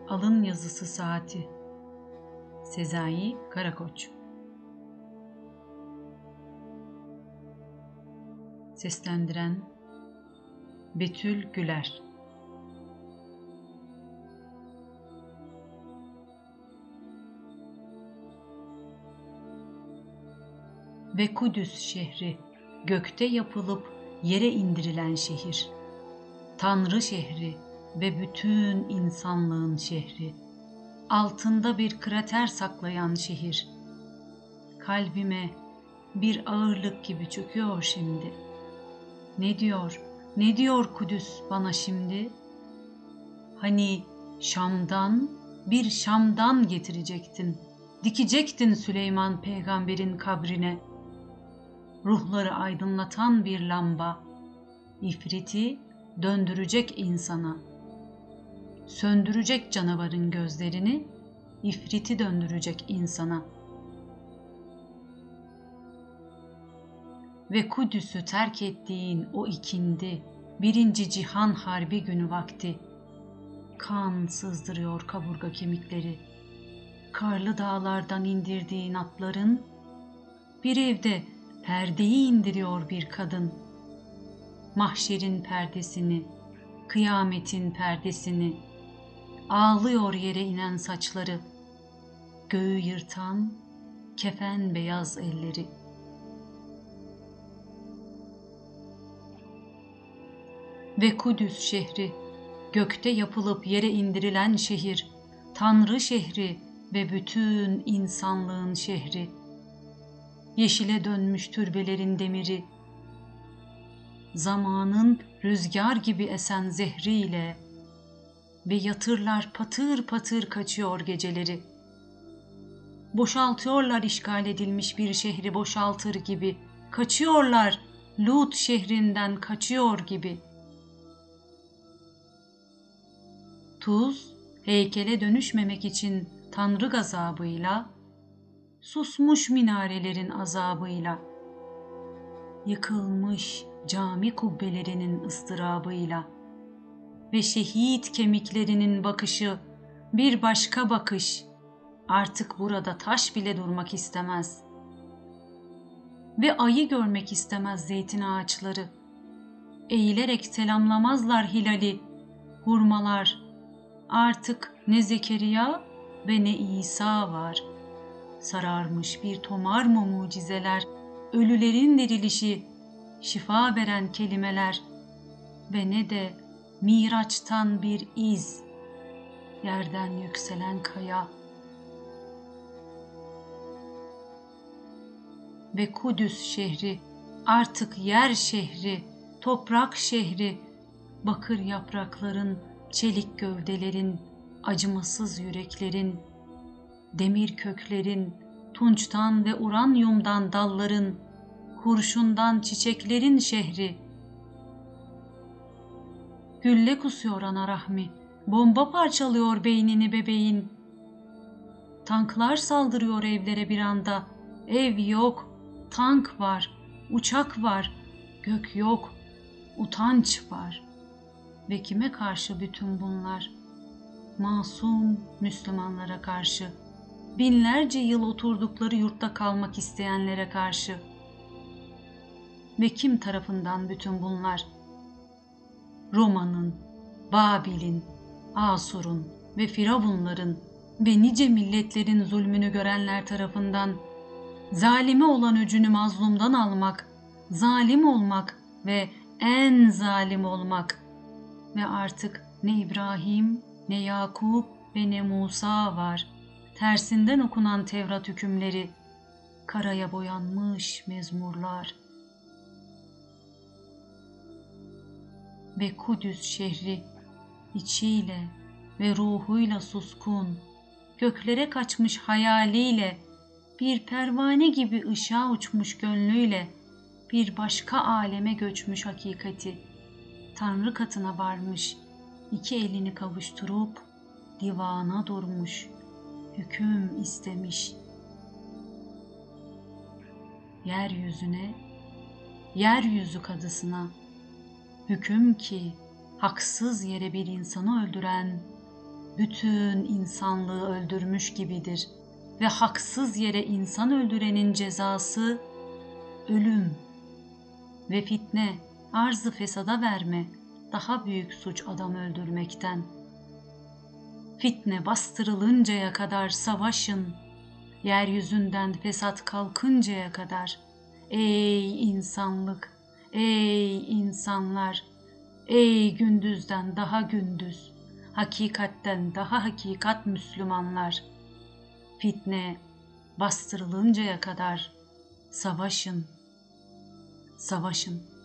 Alın yazısı saati. Sezai Karakoç. Seslendiren Betül Güler. Ve Kudüs şehri, gökte yapılıp yere indirilen şehir. Tanrı şehri ve bütün insanlığın şehri. Altında bir krater saklayan şehir. Kalbime bir ağırlık gibi çöküyor şimdi. Ne diyor Kudüs bana şimdi? Hani bir Şam'dan getirecektin, dikecektin Süleyman peygamberin kabrine. Ruhları aydınlatan bir lamba, ifriti döndürecek insana. Söndürecek canavarın gözlerini, ifriti döndürecek insana. Ve Kudüs'ü terk ettiğin o ikindi, 1. Cihan Harbi günü vakti, kan sızdırıyor kaburga kemikleri. Karlı dağlardan indirdiğin atların, bir evde perdeyi indiriyor bir kadın. Mahşerin perdesini, kıyametin perdesini, ağlıyor yere inen saçları, göğü yırtan kefen beyaz elleri. Ve Kudüs şehri, gökte yapılıp yere indirilen şehir, Tanrı şehri ve bütün insanlığın şehri. Yeşile dönmüş türbelerin demiri, zamanın rüzgar gibi esen zehriyle ve yatırlar patır patır kaçıyor geceleri. Boşaltıyorlar işgal edilmiş bir şehri boşaltır gibi, kaçıyorlar Lut şehrinden kaçıyor gibi. Tuz, heykele dönüşmemek için Tanrı gazabıyla, susmuş minarelerin azabıyla, yıkılmış cami kubbelerinin ıstırabıyla ve şehit kemiklerinin bakışı bir başka bakış, artık burada taş bile durmak istemez. Ve ayı görmek istemez zeytin ağaçları, eğilerek selamlamazlar hilali, hurmalar, artık ne Zekeriya ve ne İsa var. Sararmış bir tomar mı mucizeler, ölülerin dirilişi, şifa veren kelimeler ve ne de Miraç'tan bir iz, yerden yükselen kaya. Ve Kudüs şehri, artık yer şehri, toprak şehri, bakır yaprakların, çelik gövdelerin, acımasız yüreklerin, demir köklerin, tunçtan ve uranyumdan dalların, kurşundan çiçeklerin şehri. Gülle kusuyor ana rahmi, bomba parçalıyor beynini bebeğin. Tanklar saldırıyor evlere bir anda, ev yok, tank var, uçak var, gök yok, utanç var. Ve kime karşı bütün bunlar? Masum Müslümanlara karşı, binlerce yıl oturdukları yurtta kalmak isteyenlere karşı. Ve kim tarafından bütün bunlar? Roma'nın, Babil'in, Asur'un ve Firavunların ve nice milletlerin zulmünü görenler tarafından, zalime olan öcünü mazlumdan almak, zalim olmak ve en zalim olmak ve artık ne İbrahim, ne Yakup ve ne Musa var. Tersinden okunan Tevrat hükümleri, karaya boyanmış mezmurlar. Ve Kudüs şehri, içiyle ve ruhuyla suskun, göklere kaçmış hayaliyle, bir pervane gibi ışığa uçmuş gönlüyle, bir başka aleme göçmüş hakikati, Tanrı katına varmış, iki elini kavuşturup divana durmuş, hüküm istemiş. Yeryüzüne, yeryüzü kadısına, hüküm ki haksız yere bir insanı öldüren bütün insanlığı öldürmüş gibidir ve haksız yere insan öldürenin cezası ölüm ve fitne, arzı fesada verme daha büyük suç adam öldürmekten. Fitne bastırılıncaya kadar savaşın, yeryüzünden fesat kalkıncaya kadar. Ey insanlık, ey insanlar, ey gündüzden daha gündüz, hakikatten daha hakikat Müslümanlar. Fitne bastırılıncaya kadar savaşın, savaşın.